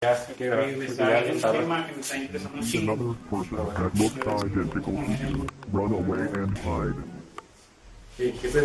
que regresar el tema que me está interesando un chingo. Another person that looks identical to you. Run away and hide. ¿Qué pedo?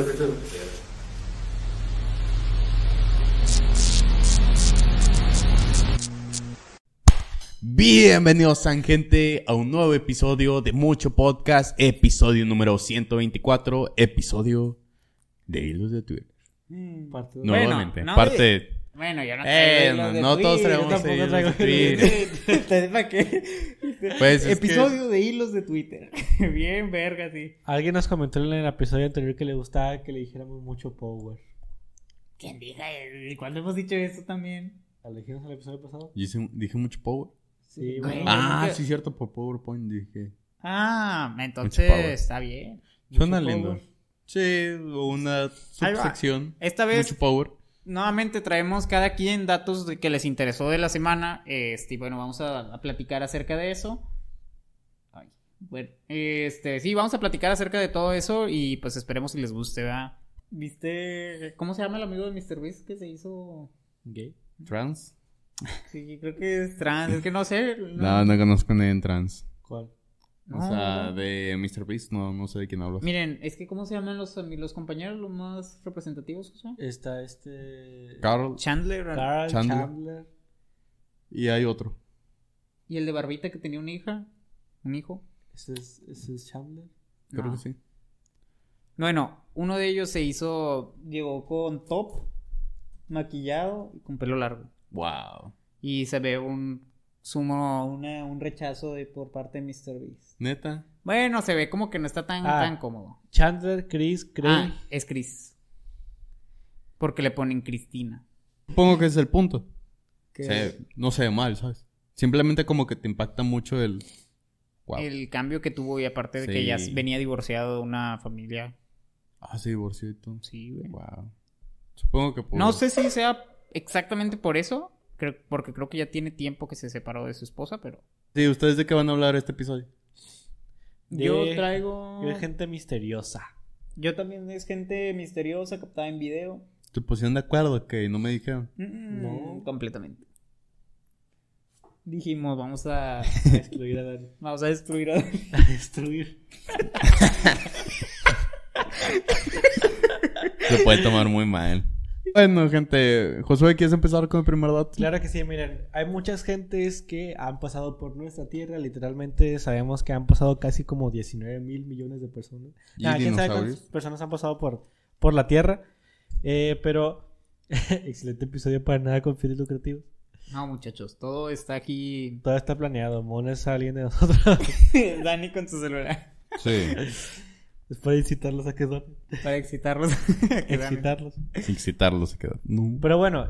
Bienvenidos, gente, a un nuevo episodio de Mucho Podcast, episodio número 124, episodio de Hilos de Twitter. Nuevamente, Bueno, yo no traigo no todos traemos hilos de Twitter. ¿Para qué? Pues Episodio de hilos de Twitter. Bien, verga, sí. Alguien nos comentó en el episodio anterior que le gustaba que le dijéramos mucho power. ¿Quién diga? ¿Cuándo hemos dicho eso también? ¿Lo dijimos en el episodio pasado? Dije mucho power. Sí, Güey. Ah, sí, cierto, por PowerPoint dije. Entonces Mucho power. está bien. Suena Mucho lindo. power. Sí, o una Ahí va. subsección. Esta vez, Mucho power. nuevamente traemos cada quien datos que les interesó de la semana. Bueno, vamos a platicar acerca de eso. Ay, bueno, sí, vamos a platicar acerca de todo eso y pues esperemos si les guste, ¿verdad? ¿Viste? ¿Cómo se llama el amigo de Mr. Beast que se hizo ¿Gay? ¿Trans? Sí, creo que es trans, es que no sé. No conozco a nadie en trans. ¿Cuál? O sea, de Mr. Beast, no sé de quién hablas. Miren, es que ¿cómo se llaman los compañeros, los más representativos? O sea? Está Carl. Chandler Carl Chandler. Chandler. Y hay otro. y el de barbita que tenía un hijo. ¿Ese es Chandler? Creo No. que sí. Bueno, uno de ellos llegó con top, maquillado y con pelo largo. Wow. Y se ve un rechazo por parte de Mr. Beast. ¿Neta? Bueno, se ve como que no está tan cómodo. Chandler, Chris, Craig. Es Chris. Porque le ponen Cristina. Supongo que es el punto. Que No se ve mal, ¿sabes? Simplemente como que te impacta mucho el... Wow. el cambio que tuvo y aparte de Sí. que ya venía divorciado de una familia. Ah, se divorció y todo. Sí, güey. Wow. Supongo que por... No sé si sea exactamente por eso, porque creo que ya tiene tiempo que se separó de su esposa, pero... Sí, ¿ustedes de qué van a hablar este episodio? Yo traigo... Yo gente misteriosa. Yo también es gente misteriosa captada en video. ¿Se pusieron de acuerdo que no me dijeron? No, completamente. Dijimos, vamos a Destruir a Dani. vamos a destruir a... A destruir. Se puede tomar muy mal. Bueno, gente, Josué, ¿quieres empezar con el primer dato? Claro que sí, miren, hay muchas gentes que han pasado por nuestra tierra, literalmente sabemos que han pasado casi como 19,000 millones de personas. ¿Y ¿Quién sabe dinosaurios? cuántas personas han pasado por la tierra? Pero, excelente episodio para nada con fines lucrativos. No, muchachos, todo está aquí... Todo está planeado, Mon es alguien de nosotros. Dani con su celular. Sí. Es para incitarlos a que donen. Para excitarlos. Excitarlos. Excitarlo se quedó. No. Pero bueno,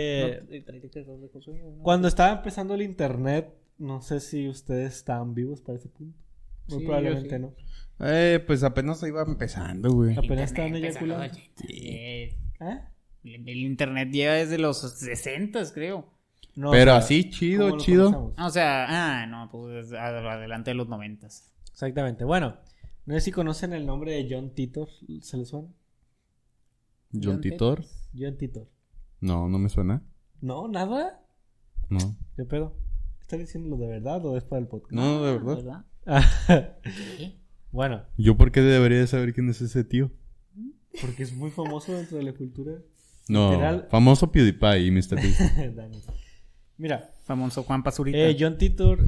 cuando estaba empezando el internet, no sé si ustedes estaban vivos para ese punto. Muy Sí, probablemente yo sí. no. Pues apenas iba empezando, güey. Apenas estaban eyaculando. ¿Eh? El internet lleva desde los 60, creo. No, Pero o sea, así, chido, ¿cómo lo chido. conocemos? O sea, no, pues adelante de los 90. Exactamente. Bueno, no sé si conocen el nombre de John Titor. ¿Se les suena? ¿John Titor? John Titor. No me suena. ¿No? ¿Nada? No. ¿Qué pedo? ¿Estás diciéndolo de verdad o es para el podcast? No, de verdad. ¿Qué? Bueno, ¿Yo por qué debería de saber quién es ese tío? porque es muy famoso dentro de la cultura. No, Literal. famoso PewDiePie y Mr. Beast. Dani. Mira, Famoso Juan Pazurita. John Titor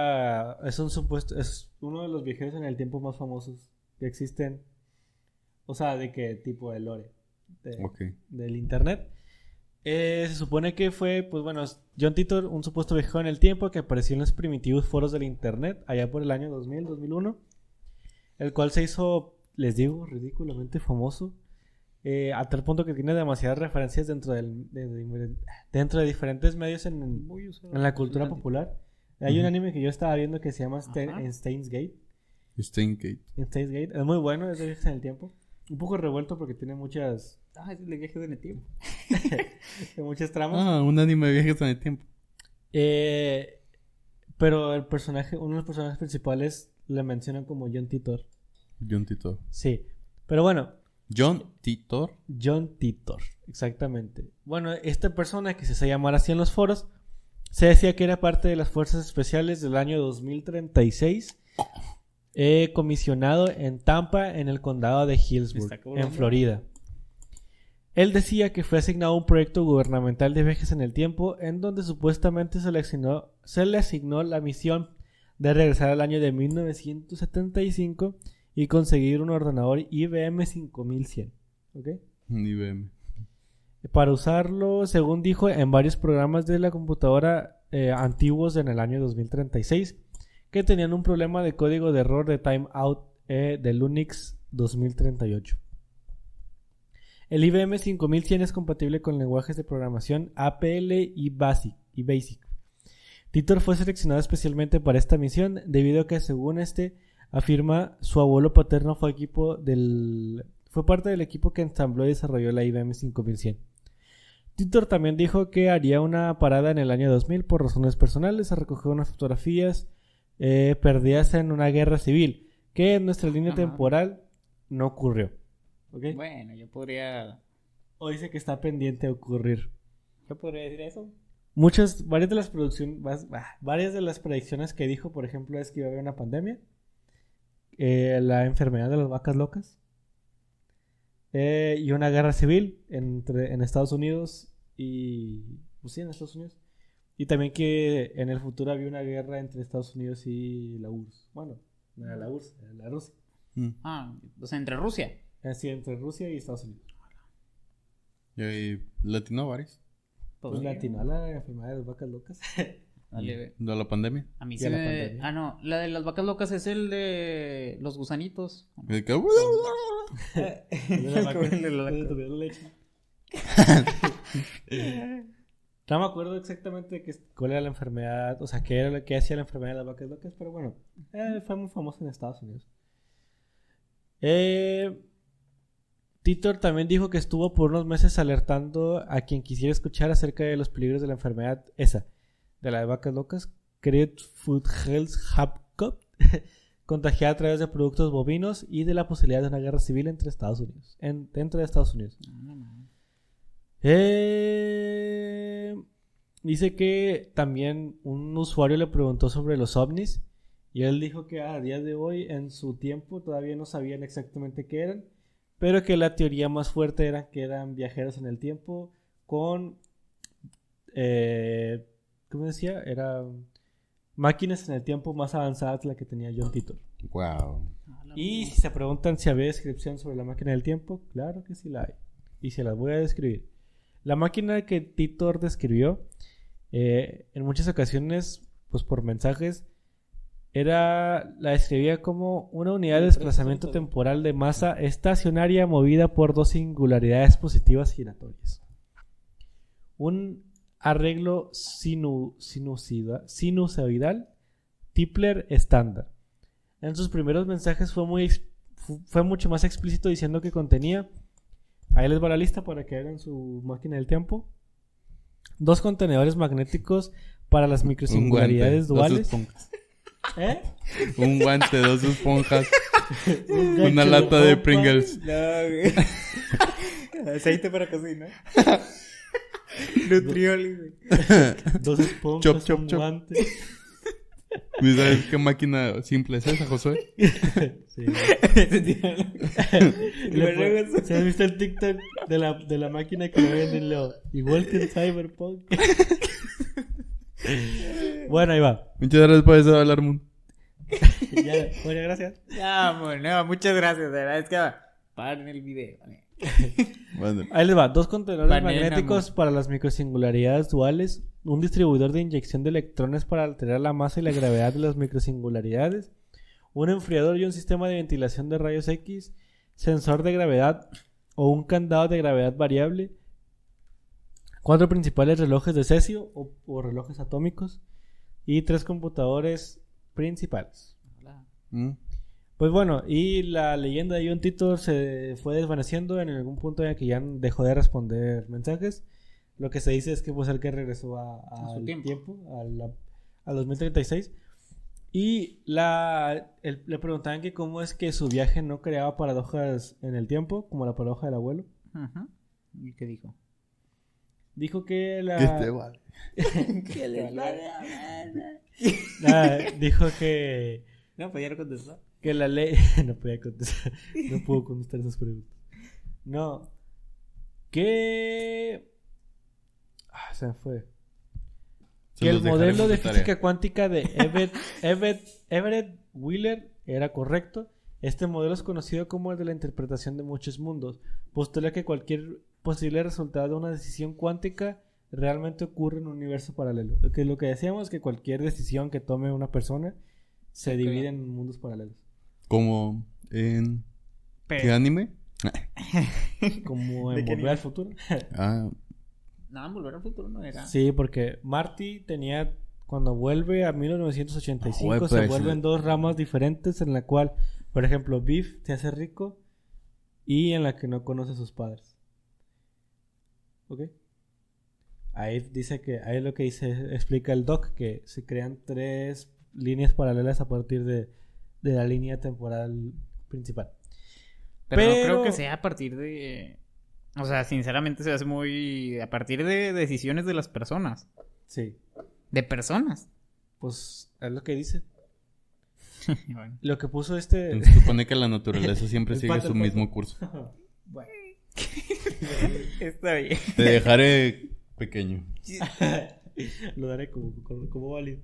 es uno de los viajeros en el tiempo más famosos que existen. O sea, de qué tipo de lore Ok. del internet. Se supone que fue, pues bueno, John Titor, un supuesto viajero en el tiempo que apareció en los primitivos foros del internet allá por el año 2000, 2001, el cual se hizo, les digo, ridículamente famoso. A tal punto que tiene demasiadas referencias dentro de diferentes medios en la cultura popular. Hay un anime que yo estaba viendo que se llama Steins Gate. Steingate. Steins Gate es muy bueno, es de viajes en el tiempo. Un poco revuelto porque tiene muchas Es de viajes en el tiempo. muchas tramas. Ah, un anime de viajes en el tiempo. Pero uno de los personajes principales le mencionan como John Titor. John Titor. Sí. Pero bueno, John Titor. John Titor, exactamente. Bueno, esta persona que se hace llamar así en los foros Se decía que era parte de las fuerzas especiales del año 2036, comisionado en Tampa, en el condado de Hillsborough, en Florida. Él decía que fue asignado a un proyecto gubernamental de viajes en el tiempo, en donde supuestamente se le asignó la misión de regresar al año de 1975 y conseguir un ordenador IBM 5100. ¿Ok? IBM. Para usarlo, según dijo, en varios programas de la computadora antiguos en el año 2036, que tenían un problema de código de error de timeout del Unix 2038. El IBM 5100 es compatible con lenguajes de programación APL y BASIC. Titor fue seleccionado especialmente para esta misión debido a que, según afirma, su abuelo paterno fue parte del equipo que ensambló y desarrolló la IBM 5100. Titor también dijo que haría una parada en el año 2000 por razones personales a recoger unas fotografías perdidas en una guerra civil, que en nuestra línea temporal no ocurrió. ¿Okay? Bueno, yo podría... O dice que está pendiente de ocurrir. ¿Yo podría decir eso? Varias de las predicciones que dijo, por ejemplo, es que iba a haber una pandemia, la enfermedad de las vacas locas, y una guerra civil en Estados Unidos pues sí, en Estados Unidos. Y también que en el futuro había una guerra entre Estados Unidos y la URSS. Bueno, no era la URSS, era la Rusia. O sea, entre Rusia. Sí, entre Rusia y Estados Unidos. ¿Y latino varios? Pues latino a la enfermedad de las vacas locas. ¿De la pandemia? A mí sí me... no, la de las vacas locas es el de los gusanitos. ¿De qué? No me acuerdo exactamente cuál era la enfermedad, o sea, qué era lo que hacía la enfermedad de las vacas locas, pero bueno, fue muy famoso en Estados Unidos. Titor también dijo que estuvo por unos meses alertando a quien quisiera escuchar acerca de los peligros de la enfermedad de las vacas locas, Creed Food Health Hub, contagiada a través de productos bovinos, y de la posibilidad de una guerra civil dentro de Estados Unidos. Dice que también un usuario le preguntó sobre los ovnis y él dijo que a día de hoy, en su tiempo, todavía no sabían exactamente qué eran, pero que la teoría más fuerte era que eran viajeros en el tiempo con ¿cómo decía? Eran máquinas en el tiempo más avanzadas de la que tenía John Titor. Wow. Y si se preguntan si había descripción sobre la máquina del tiempo, claro que sí la hay. Y se las voy a describir. La máquina que Titor describió, en muchas ocasiones, pues por mensajes, la describía como una unidad de desplazamiento temporal de masa estacionaria movida por dos singularidades positivas giratorias. Un arreglo sinusoidal Tipler estándar. En sus primeros mensajes fue mucho más explícito, diciendo que contenía, ahí les va la lista para que hagan su máquina del tiempo: 2 contenedores magnéticos para las microsingularidades duales, un guante, 2 esponjas, una lata de Pringles, aceite para cocina, Nutrioli, 2 esponjas, un guante. ¿Sabes qué máquina simple es esa, Josué? Sí. ¿Se has visto el TikTok de la máquina que lo venden igual que en Cyberpunk? Bueno, ahí va. Muchas gracias por eso, Alarmund. Muchas gracias. Muchas gracias, de verdad. Es que paren el video. Bueno. Ahí les va: 2 contenedores magnéticos para las microsingularidades duales, un distribuidor de inyección de electrones para alterar la masa y la gravedad de las microsingularidades, un enfriador y un sistema de ventilación de rayos X, sensor de gravedad o un candado de gravedad variable, 4 principales relojes de cesio o relojes atómicos y 3 computadores principales. Pues bueno, y la leyenda de John Titor se fue desvaneciendo en algún punto en el que ya dejó de responder mensajes. Lo que se dice es que fue el que regresó al tiempo, al 2036. Y le preguntaban que cómo es que su viaje no creaba paradojas en el tiempo, como la paradoja del abuelo. ¿Y qué dijo? dijo que Que te vale. dijo que No, podía contestar. que la ley no podía contestar, no puedo contestar esas preguntas. No, que se me fue. Se Que el los dejaré modelo por de tu tarea. física cuántica de Everett Wheeler era correcto. Este modelo es conocido como el de la interpretación de muchos mundos. Postula que cualquier posible resultado de una decisión cuántica realmente ocurre en un universo paralelo. Que lo que decíamos, que cualquier decisión que tome una persona se divide en mundos paralelos. Como en... Pero- ¿Qué anime? Como ¿De en qué Volver al Futuro. Ah, No, en Volver al Futuro no era. Sí, porque Marty tenía... Cuando vuelve a 1985 Joder, se pues, vuelven dos ramas diferentes en la cual, por ejemplo, Biff se hace rico y en la que no conoce a sus padres. ¿Ok? Ahí dice que... Ahí es lo que dice, explica el Doc, que se crean 3 líneas paralelas a partir de la línea temporal principal. Pero no creo que sea a partir de... O sea, sinceramente se hace muy... A partir de decisiones de las personas. Sí, De personas. pues es lo que dice. Bueno. Lo que puso se supone que la naturaleza siempre El sigue pato, su el pato. mismo curso. Está bien. Te dejaré pequeño. Lo daré como válido.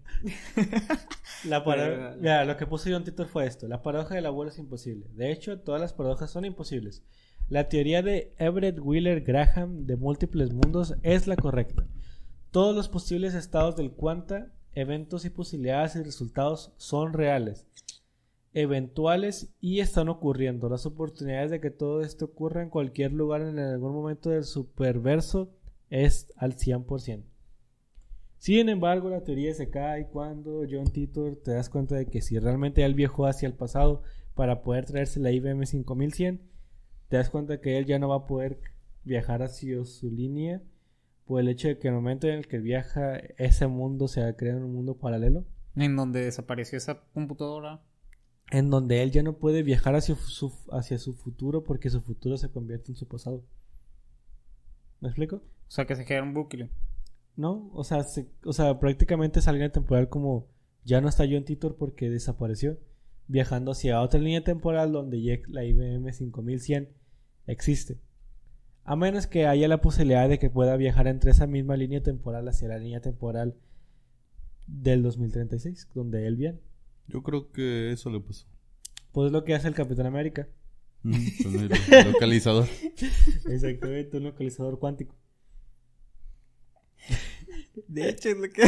Mira, lo que puso John Titor fue esto. La paradoja del abuelo es imposible. De hecho, todas las paradojas son imposibles. La teoría de Everett Wheeler Graham de múltiples mundos es la correcta. Todos los posibles estados del cuanta, eventos y posibilidades y resultados son reales, eventuales y están ocurriendo. Las oportunidades de que todo esto ocurra en cualquier lugar en algún momento del superverso es al 100%. Sin embargo, la teoría se cae cuando John Titor te das cuenta de que si realmente él viajó hacia el pasado para poder traerse la IBM 5100, te das cuenta que él ya no va a poder viajar hacia su línea por el hecho de que en el momento en el que viaja ese mundo se crea un mundo paralelo En donde desapareció esa computadora. en donde él ya no puede viajar hacia su futuro porque su futuro se convierte en su pasado. ¿Me explico? O sea, que se queda un bucle. No, o sea, prácticamente esa línea temporal como ya no está John Titor porque desapareció, viajando hacia otra línea temporal donde ya la IBM 5100 existe. A menos que haya la posibilidad de que pueda viajar entre esa misma línea temporal hacia la línea temporal del 2036, donde él viene. Yo creo que eso le pasó. Pues es lo que hace el Capitán América. Con el localizador. Exactamente, un localizador cuántico. De hecho, es lo que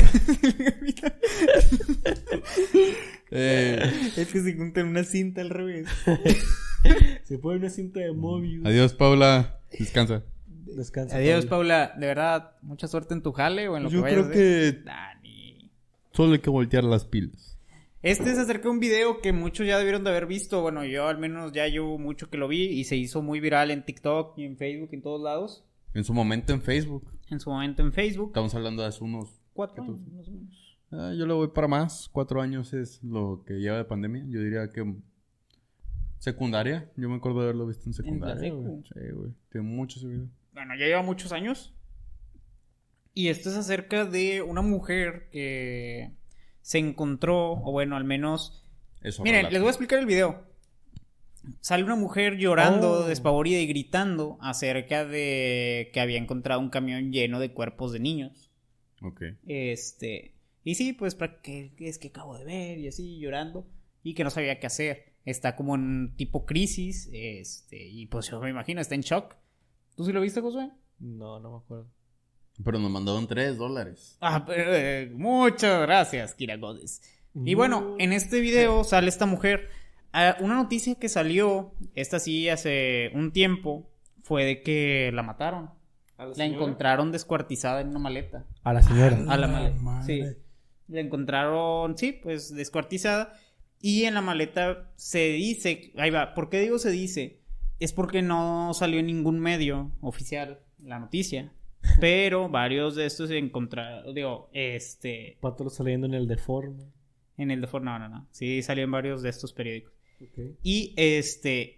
es que se junta en una cinta al revés. Se pone una cinta de Mobius. Adiós, Paula. Descansa. Descansa. Adiós, Paula. Paula. De verdad, mucha suerte en tu jale o en lo Yo que vayas creo a hacer. que Dani. solo hay que voltear las pilas. Este es acerca de un video que muchos ya debieron de haber visto. Bueno, yo al menos ya llevo mucho que lo vi y se hizo muy viral en TikTok y en Facebook y en todos lados. En su momento en Facebook. En su momento en Facebook. Estamos hablando de hace unos... 4 años, más o menos. yo le voy para más. 4 años es lo que lleva de pandemia. Yo diría que... secundaria. Yo me acuerdo de haberlo visto en secundaria. secu. Güey. Sí, güey. Tiene mucho ese video. Bueno, ya lleva muchos años. Y esto es acerca de una mujer que se encontró, o bueno, al menos... Eso. Miren, relaja. les voy a explicar el video. Sale una mujer llorando, Oh. despavorida y gritando acerca de que había encontrado un camión lleno de cuerpos de niños. Ok. Y sí, pues, que es que acabo de ver y así, llorando. Y que no sabía qué hacer. Está como en tipo crisis, y pues yo me imagino, está en shock. ¿Tú sí lo viste, Josué? No me acuerdo. Pero nos mandaron $3. Ah, pero, muchas gracias, Kira Godes. Y bueno, en este video sale esta mujer. Una noticia que salió, esta sí hace un tiempo, fue de que la mataron. La encontraron descuartizada en una maleta. A la señora. A la maleta. madre. Sí. La encontraron, sí, pues descuartizada. Y en la maleta se dice, ahí va, ¿por qué digo se dice? Es porque no salió en ningún medio oficial la noticia. Pero varios de estos se encontraron, Pato lo está leyendo en el Deforme. en el de no. Sí, salió en varios de estos periódicos. Okay. Y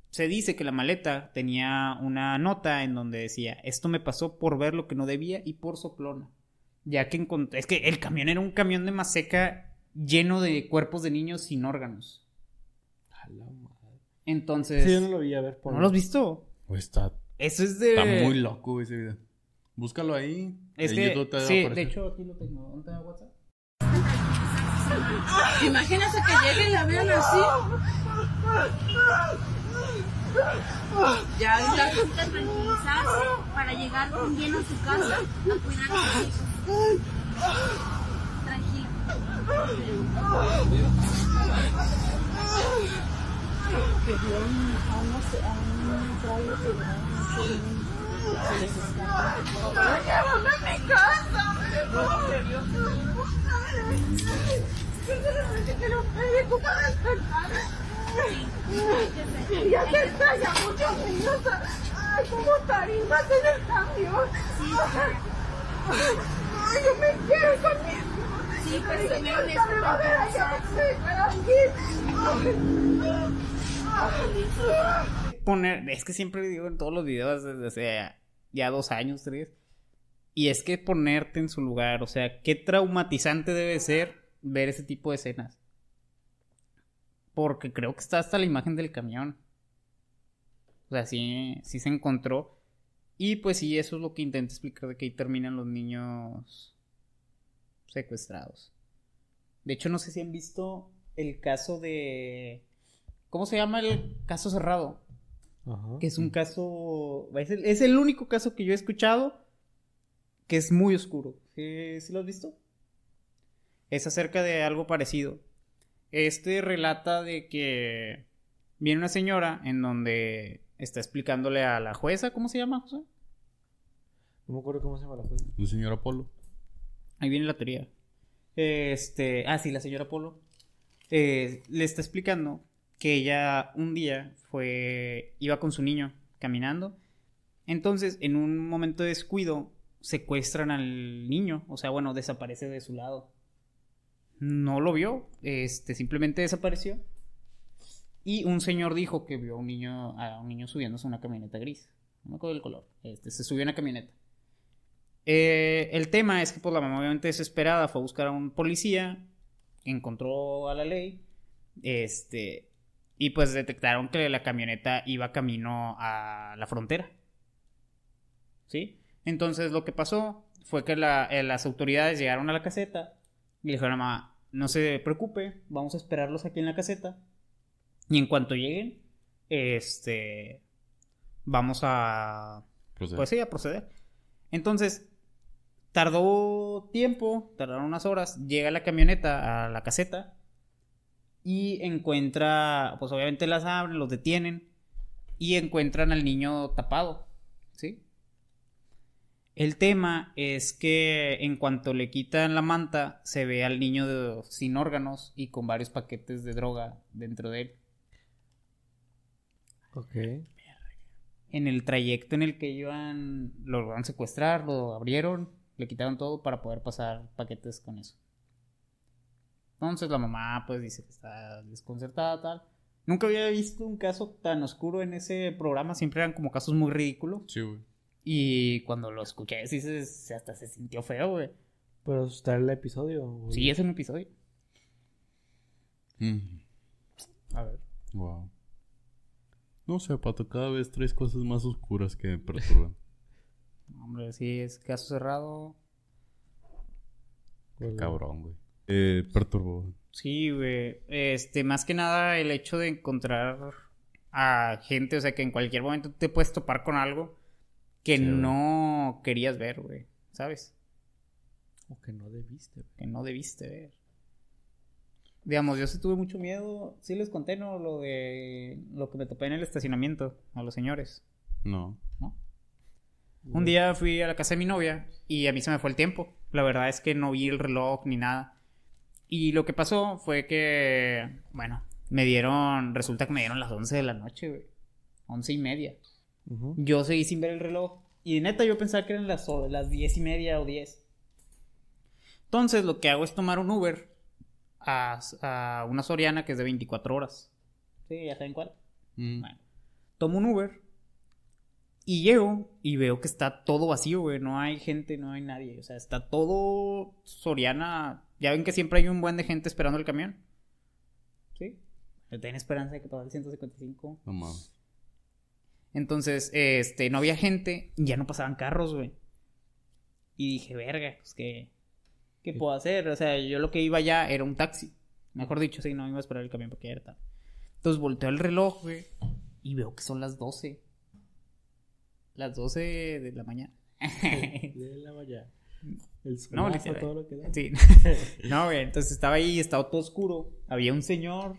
Se dice que la maleta tenía una nota en donde decía: esto me pasó por ver lo que no debía y por soplona. Ya que es que el camión era un camión de Maseca lleno de cuerpos de niños sin órganos. A la madre. Entonces... Sí, yo no lo vi, a ver. ¿No lo has visto? Está Eso es de... Está muy loco ese video. Búscalo ahí. Es En que, YouTube te va a sí, aparecer. de hecho aquí lo tengo. ¿Dónde está WhatsApp? Imagínate que lleguen y la vean así. Ya ahorita necesita tranquilizarse para llegar bien a su casa a cuidar a sus hijos. Tranquila. ¡Llévame a mi casa! Quiero médico para despertar. Ya se extraña muchos niños. Ay, como tarimas en el camión. Ay, yo me quiero con mis hijos. Sí, pues primero les voy a ver allá. Es que siempre digo en todos los videos desde hace ya 2 años, 3. Y es que ponerte en su lugar, o sea, qué traumatizante debe ser ver ese tipo de escenas. Porque creo que está hasta la imagen del camión. O sea, sí se encontró. Y pues sí, eso es lo que intenta explicar, de que ahí terminan los niños secuestrados. De hecho, no sé si han visto el caso de... ¿Cómo se llama el caso cerrado? Ajá. Que es un caso... Es el único caso que yo he escuchado que es muy oscuro. ¿Sí lo has visto? Es acerca de algo parecido. Relata de que viene una señora en donde está explicándole a la jueza, ¿cómo se llama, José? No me acuerdo cómo se llama la jueza. Un señor Apolo. Ahí viene la teoría. Sí, la señora Apolo. Le está explicando que ella un día iba con su niño caminando. Entonces, en un momento de descuido, secuestran al niño. O sea, bueno, desaparece de su lado. No lo vio. Simplemente desapareció. Y un señor dijo que vio a un niño subiéndose a una camioneta gris. No me acuerdo del color. Se subió a una camioneta. El tema es que pues la mamá, obviamente desesperada, fue a buscar a un policía. Encontró a la ley. Y pues detectaron que la camioneta iba camino a la frontera. ¿Sí? Entonces lo que pasó fue que las autoridades llegaron a la caseta y le dijeron a la mamá: no se preocupe, vamos a esperarlos aquí en la caseta. Y en cuanto lleguen, vamos a... Proceder. Pues sí, a proceder. Entonces, tardaron unas horas, llega la camioneta a la caseta y encuentra, pues obviamente las abren, los detienen y encuentran al niño tapado, ¿sí? El tema es que en cuanto le quitan la manta, se ve al niño sin órganos y con varios paquetes de droga dentro de él. Ok. En el trayecto en el que iban, lo lograron secuestrar, lo abrieron, le quitaron todo para poder pasar paquetes con eso. Entonces la mamá pues dice que está desconcertada, tal. Nunca había visto un caso tan oscuro en ese programa, siempre eran como casos muy ridículos. Sí, güey. Y cuando lo escuché, sí, hasta se sintió feo, güey. Pero está el episodio. Güey. Sí, es un episodio. A ver. Wow. No sé, Pato, cada vez traes cosas más oscuras que me perturban. Hombre, sí, es caso cerrado. Qué cabrón, güey. Perturbó. Sí, güey. Más que nada el hecho de encontrar a gente, o sea, que en cualquier momento te puedes topar con algo que sí, no querías ver, güey. ¿Sabes? O que no debiste. Que no debiste ver. Digamos, yo sí tuve mucho miedo. Sí les conté, ¿no? Lo que me topé en el estacionamiento a los señores. No. Un día fui a la casa de mi novia y a mí se me fue el tiempo. La verdad es que no vi el reloj ni nada. Y lo que pasó fue que, bueno, resulta que me dieron las 11 de la noche, güey. 11:30. Uh-huh. Yo seguí sin ver el reloj. Y neta yo pensaba que eran las 10:30 o 10. Entonces lo que hago es tomar un Uber a una Soriana que es de 24 horas. Sí, ya saben cuál. Bueno. tomo un Uber y llego y veo que está todo vacío, güey. No hay gente, no hay nadie. O sea, está todo Soriana. Ya ven que siempre hay un buen de gente esperando el camión. ¿Sí? Ten esperanza de que pase el 155. No mames. Entonces, no había gente y ya no pasaban carros, güey. Y dije, verga, pues ¿qué puedo hacer? O sea, yo lo que iba ya era un taxi. Mejor dicho, sí, no iba a esperar el camión porque ya era tarde. Entonces volteo el reloj, güey, y veo que son las 12. Las 12 de la mañana. De la mañana. El No, solazo, literal. todo lo que da. Sí. No, güey, entonces estaba ahí, estaba todo oscuro. Había un señor.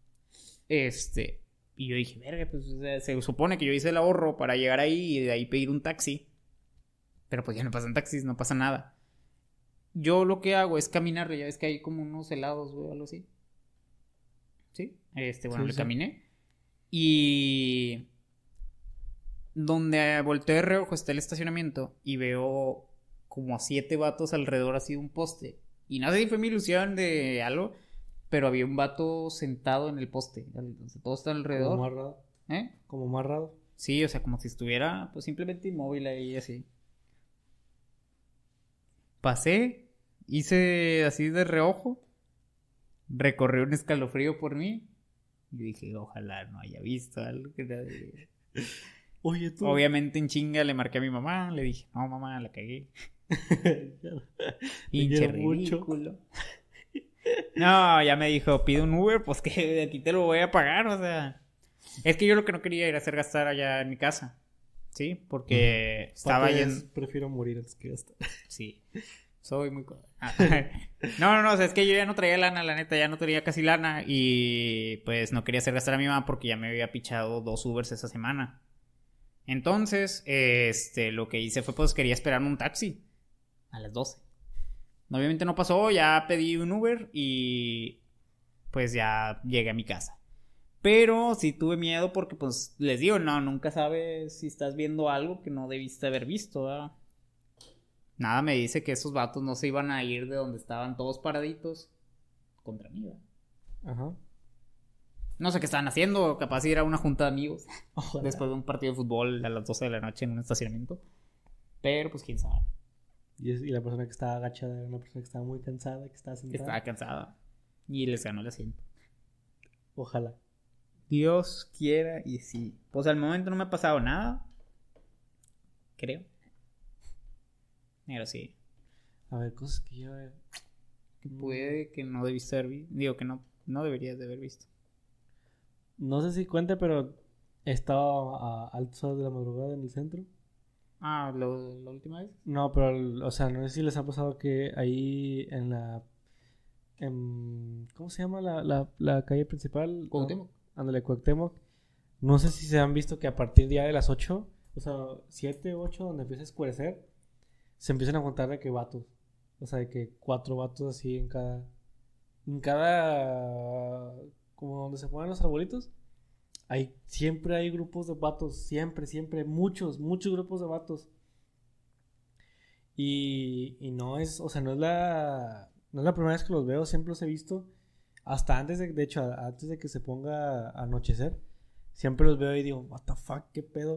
Y yo dije, verga, pues o sea, se supone que yo hice el ahorro para llegar ahí y de ahí pedir un taxi. Pero pues ya no pasan taxis, no pasa nada. Yo lo que hago es caminar, ya ves que hay como unos helados, güey, algo así. ¿Sí? Bueno, Sí, le sí. caminé. Y donde volteo de reojo está el estacionamiento y veo como a 7 vatos alrededor así de un poste. Y no sé si fue mi ilusión de algo, pero había un vato sentado en el poste. Entonces, todo está alrededor. Como amarrado. ¿Eh? Como amarrado. Sí, o sea, como si estuviera pues simplemente inmóvil ahí así. Pasé, hice así de reojo, recorrí un escalofrío por mí y dije, ojalá no haya visto algo que nadie... Oye, tú. Obviamente en chinga le marqué a mi mamá, le dije, no mamá, la cagué. Pinche quiero mucho. ridículo. No, ya me dijo, pide un Uber, pues que de aquí te lo voy a pagar, o sea. Es que yo lo que no quería era hacer gastar allá en mi casa. ¿Sí? Porque estaba Aparte, yendo... prefiero morir antes que gastar. Sí, soy muy... No, o sea, es que yo ya no traía lana, la neta, ya no tenía casi lana y pues no quería hacer gastar a mi mamá porque ya me había pichado 2 Ubers esa semana. Entonces, lo que hice fue pues quería esperarme un taxi a las 12. Obviamente no pasó, ya pedí un Uber y pues ya llegué a mi casa. Pero sí tuve miedo porque pues les digo, no, nunca sabes si estás viendo algo que no debiste haber visto, ¿verdad? Nada me dice que esos vatos no se iban a ir de donde estaban todos paraditos contra mí, ¿verdad? Ajá. No sé qué estaban haciendo, capaz ir a una junta de amigos Ojalá. después de un partido de fútbol a las 12 de la noche en un estacionamiento. Pero pues quién sabe, Y la persona que estaba agachada era una persona que estaba muy cansada, que estaba que sentada. estaba cansada y les ganó el asiento. Ojalá. Dios quiera y sí. Pues al momento no me ha pasado nada. Creo. Pero sí. A ver, cosas que yo... Que puede que no debiste haber visto. Digo que no deberías de haber visto. No sé si cuenta, pero estaba a altas horas de la madrugada en el centro. Ah, la última vez. No, pero, o sea, no sé si les ha pasado que ahí en la... ¿cómo se llama la calle principal? Cuauhtémoc. Ándale, Cuauhtémoc. No sé si se han visto que a partir ya de las 8, o sea, 7, 8, donde empieza a oscurecer, se empiezan a juntar de que vatos. O sea, de que 4 vatos así en cada... como donde se ponen los arbolitos. Siempre hay grupos de vatos. Siempre. Muchos grupos de vatos. Y no es... O sea, no es la primera vez que los veo. Siempre los he visto. Hasta antes de hecho, antes de que se ponga a anochecer. Siempre los veo y digo, what the fuck, qué pedo.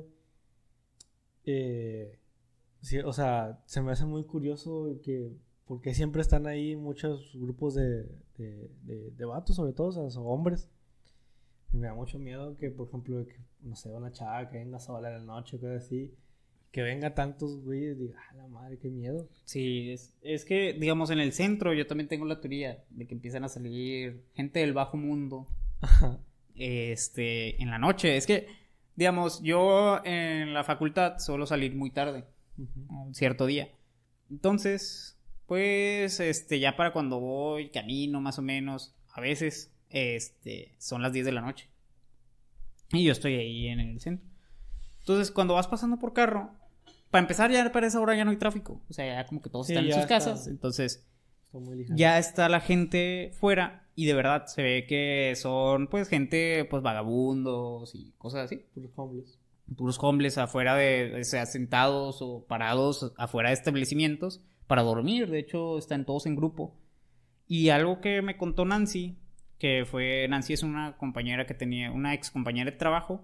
Sí, o sea, se me hace muy curioso que... Porque siempre están ahí muchos grupos de vatos, sobre todo, o sea, hombres. Y me da mucho miedo que, por ejemplo, que, no sé, una chava que venga sola en la noche o cosas así, que venga tantos güeyes y diga, ah, la madre, qué miedo. Sí, es que, digamos, en el centro yo también tengo la teoría de que empiezan a salir gente del bajo mundo en la noche. Es que, digamos, yo en la facultad suelo salir muy tarde, un cierto día. Entonces, pues, ya para cuando voy, camino más o menos, a veces, son las 10 de la noche. Y yo estoy ahí en el centro. Entonces, cuando vas pasando por carro, para empezar, ya para esa hora ya no hay tráfico. O sea, ya como que todos Sí, están en ya sus está. casas. Entonces, Está muy ligero. ya está la gente fuera. Y de verdad, se ve que son, pues, gente, pues, vagabundos y cosas así. Puros homeless. Puros homeless afuera o sea, sentados o parados afuera de establecimientos para dormir. De hecho, están todos en grupo. Y algo que me contó Nancy, Nancy es una compañera que tenía, una ex compañera de trabajo,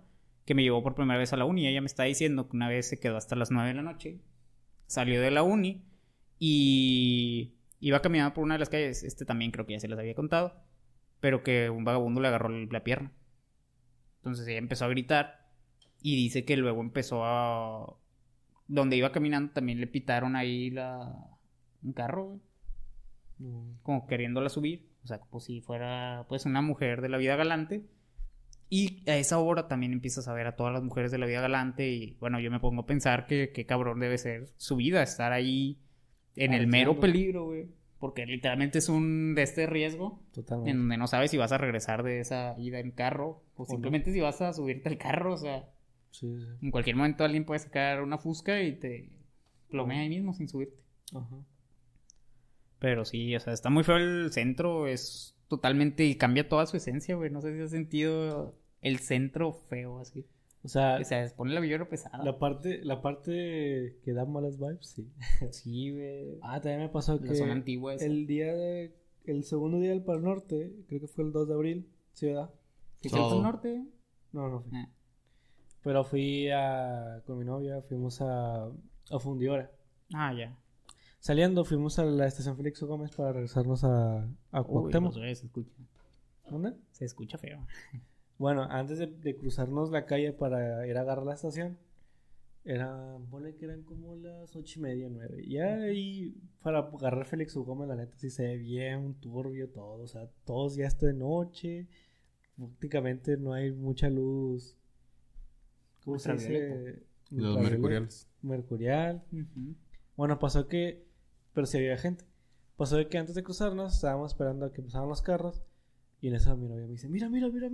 que me llevó por primera vez a la uni. Ella me está diciendo que una vez se quedó hasta las 9 de la noche, salió de la uni y iba caminando por una de las calles, también creo que ya se les había contado, pero que un vagabundo le agarró la pierna. Entonces ella empezó a gritar y dice que luego empezó a... Donde iba caminando también le pitaron ahí un carro, güey. Como queriéndola subir. O sea, como si fuera pues una mujer de la vida galante. Y a esa hora también empiezas a ver a todas las mujeres de la vida galante. Y bueno, yo me pongo a pensar que qué cabrón debe ser su vida. Estar ahí en el mero peligro, güey. Porque literalmente es un riesgo. Totalmente. En donde no sabes si vas a regresar de esa ida en carro. O simplemente si vas a subirte al carro. O sea, Sí. en cualquier momento alguien puede sacar una fusca y te plomea ahí mismo sin subirte. Ajá. Pero sí, o sea, está muy feo el centro, es totalmente... Y cambia toda su esencia, güey. No sé si has sentido el centro feo así. O sea, pone la vibra pesada. la parte que da malas vibes, sí. Sí, güey. También me pasó La que zona antigua esa. el segundo día del Pal Norte, creo que fue el 2 de abril, ¿sí, verdad? ¿Fuiste al norte? No fui. Ah. Pero con mi novia, fuimos a Fundidora. Ah, ya. Saliendo, fuimos a la estación Félix O. Gómez para regresarnos a Cuauhtémoc. Uy, se escucha. ¿Dónde? Se escucha feo. Bueno, antes de cruzarnos la calle para ir a agarrar la estación, ponle que eran como las 8:30, 9. Y ahí, para agarrar Félix O. Gómez, la neta sí se ve bien turbio todo. O sea, todos ya está de noche. Prácticamente no hay mucha luz. ¿Cómo se dice? Los mercuriales. Mercurial. Uh-huh. Bueno, pasó que... Pero sí había gente. Pasó de que antes de cruzarnos estábamos esperando a que pasaran los carros. Y en eso mi novia me dice, mira.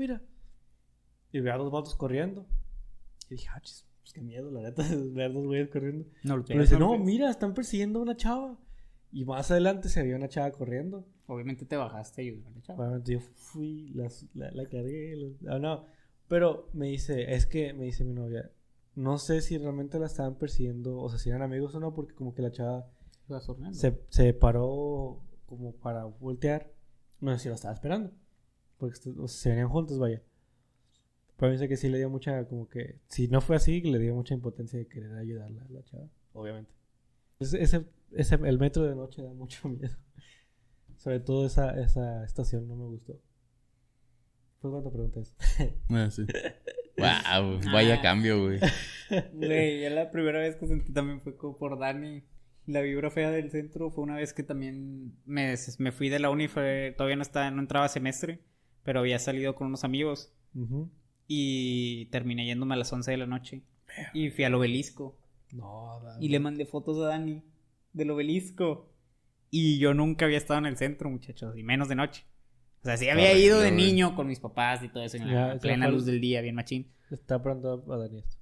Y ve a dos vatos corriendo. Y dije, pues qué miedo, la neta, ver dos güeyes corriendo. Pero dice, no, mira, están persiguiendo a una chava. Y más adelante se había una chava corriendo. Obviamente te bajaste y ayudaste a la chava. Obviamente yo fui, la cargué. No. Pero me dice mi novia, no sé si realmente la estaban persiguiendo, o sea, si eran amigos o no, porque como que la chava se paró como para voltear. No sé si la estaba esperando, porque se venían juntos, vaya. Pero me dice que sí le dio mucha, como que, si no fue así, le dio mucha impotencia de querer ayudarla a la chava, obviamente. El metro de noche da mucho miedo. Sobre todo esa estación no me gustó. ¿Fue cuánto preguntas? Sí. Wow, vaya cambio, güey. Güey, ya la primera vez que sentí también fue como por Dani. La vibra fea del centro fue una vez que también me fui de la uni, todavía no entraba semestre, pero había salido con unos amigos. Uh-huh. Y terminé yéndome a las 11 de la noche. Y fui al obelisco. No, Dani. Y le mandé fotos a Dani del obelisco. Y yo nunca había estado en el centro, muchachos, y menos de noche. O sea, sí había ido de niño con mis papás y todo eso en la plena luz del día, bien machín. Está pronto a Dani esto.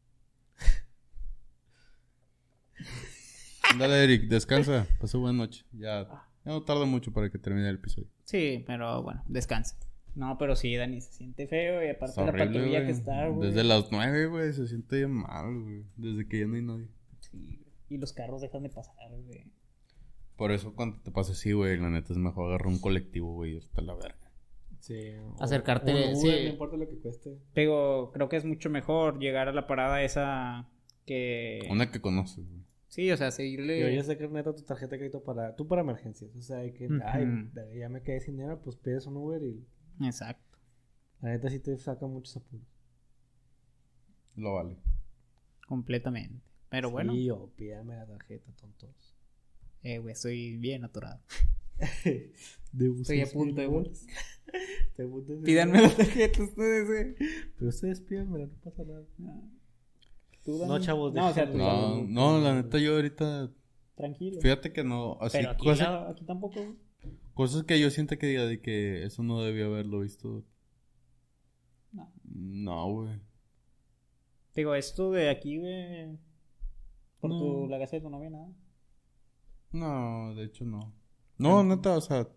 Dale, Eric, descansa. Pasó buena noche. Ya no tarda mucho para que termine el episodio. Sí, pero bueno, descansa. No, pero sí, Dani, se siente feo. Y aparte horrible, la patrulla güey. Que está, güey. Desde las 9, güey, se siente bien mal, güey. Desde que ya no hay nadie. Sí, y los carros dejan de pasar, güey. Por eso cuando te pasa así, güey, la neta es mejor agarrar un colectivo, güey, hasta la verga. Sí. Acercarte, sí. sí. No importa lo que cueste. Pero creo que es mucho mejor llegar a la parada esa que... Una que conoces, güey. Sí, o sea, seguirle... Yo ya sacar neta tu tarjeta de crédito para emergencias. O sea, hay que... Uh-huh. Ya me quedé sin dinero, pues pides un Uber y... Exacto. La neta sí te saca muchos apuros. Lo vale. Completamente. Pero bueno. Sí, pídame la tarjeta, tontos. Güey, estoy bien atorado. Estoy a punto de morir. Pídanme la tarjeta ustedes, güey. Pero ustedes pídanmela, no pasa nada. No, chavos. No, o sea, no, la neta yo ahorita... Tranquilo. Fíjate que no, así pero aquí, cosas... aquí tampoco. Cosas que yo siento que diga de que eso no debía haberlo visto. No, güey. Digo, esto de aquí, güey... La casa de tu novia, nada. No, de hecho no. No, neta, o sea...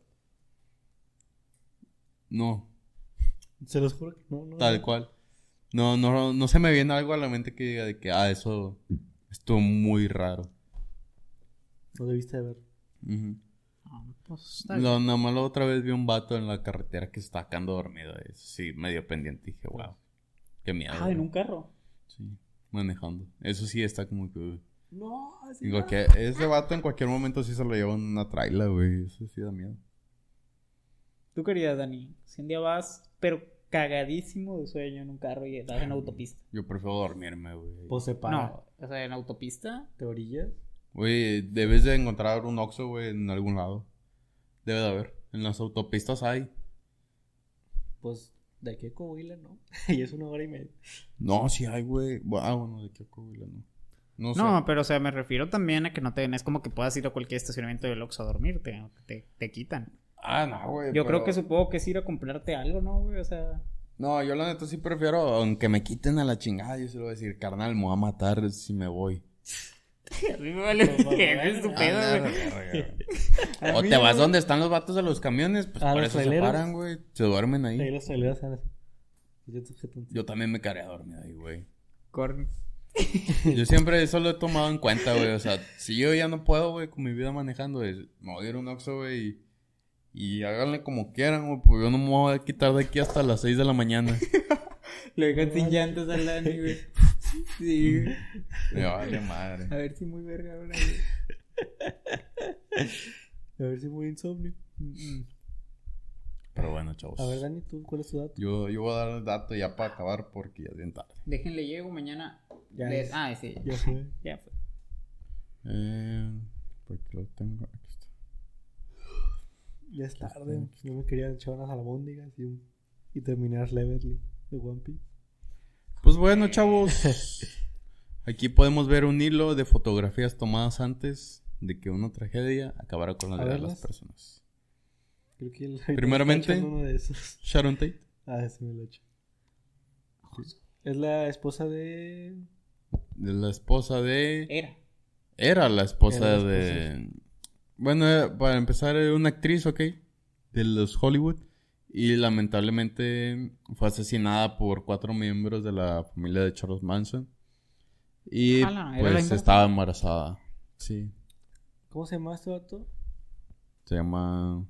No. Se los juro que no. Tal cual. No se me viene algo a la mente que diga de que, eso estuvo muy raro. No debiste de ver. Uh-huh. Pues está bien. Nada más la otra vez vi un vato en la carretera que se estaba quedando dormido. Eso sí, medio pendiente. Dije, wow. Qué miedo. Ah, en un carro. Sí, manejando. Eso sí está como que... No, así Digo que ese vato en cualquier momento sí se lo lleva en una traila, güey. Eso sí da miedo. ¿Tú querías, Dani? Si un día vas, pero cagadísimo de sueño en un carro y estás en autopista. Yo prefiero dormirme, güey. Pues se para. No, o sea, en autopista. ¿Te orillas? Güey, debes de encontrar un Oxxo, güey, en algún lado. Debe de haber. En las autopistas hay. Pues de aquí a Coahuila, ¿no? Y es 1 hora y media. No, sí hay, güey. Bueno, de qué Coahuila, no. No sé. No, pero o sea, me refiero también a que no te es como que puedas ir a cualquier estacionamiento del Oxxo a dormirte, ¿no? Te quitan. Ah, no, güey. Yo creo que supongo que es ir a comprarte algo, ¿no, güey? O sea... No, yo la neta sí prefiero, aunque me quiten a la chingada, yo se lo voy a decir, carnal, me voy a matar si me voy. A mí me vale es tu pedo, güey. O te vas donde están los vatos de los camiones, pues Ah, por los eso se traileros. paran, güey. Se duermen Ahí ahí. los traileros se van así. Yo también me quedaría dormido ahí, güey. Corre. Yo siempre eso lo he tomado en cuenta, güey. O sea, si yo ya no puedo, güey, con mi vida manejando, me voy a ir a un Oxxo, güey, y háganle como quieran, güey, pues yo no me voy a quitar de aquí hasta las 6 de la mañana. Lo dejan sin llantas al Dani, güey. Sí, güey. Me vale madre. A ver si muy verga ahora, güey. A ver si muy insomnio. Pero bueno, chavos. A ver, Dani, ¿tú cuál es tu dato? Yo voy a dar el dato ya para acabar porque ya es bien tarde. Déjenle llego mañana. Ya Les... es. Ah, sí. Ya fue. Ya fue. Porque lo tengo. Aquí está. Ya es tarde. Yo me quería echar unas albóndigas y terminar Leverly de One Piece. Pues bueno, chavos. Aquí podemos ver un hilo de fotografías tomadas antes de que una tragedia acabara con la A vida de las verlas. personas. Creo que Primeramente- uno de esos. Sharon Tate. Ah, ese me lo he hecho. Es la esposa de... De la esposa de... Era. Era la esposa Era la de... Bueno, para empezar, era una actriz, ¿ok? De los Hollywood. Y lamentablemente fue asesinada por 4 miembros de la familia de Charles Manson. Y Ala, ¿era la pues embarazada? estaba embarazada. Sí. ¿Cómo se llama este vato? Se llama...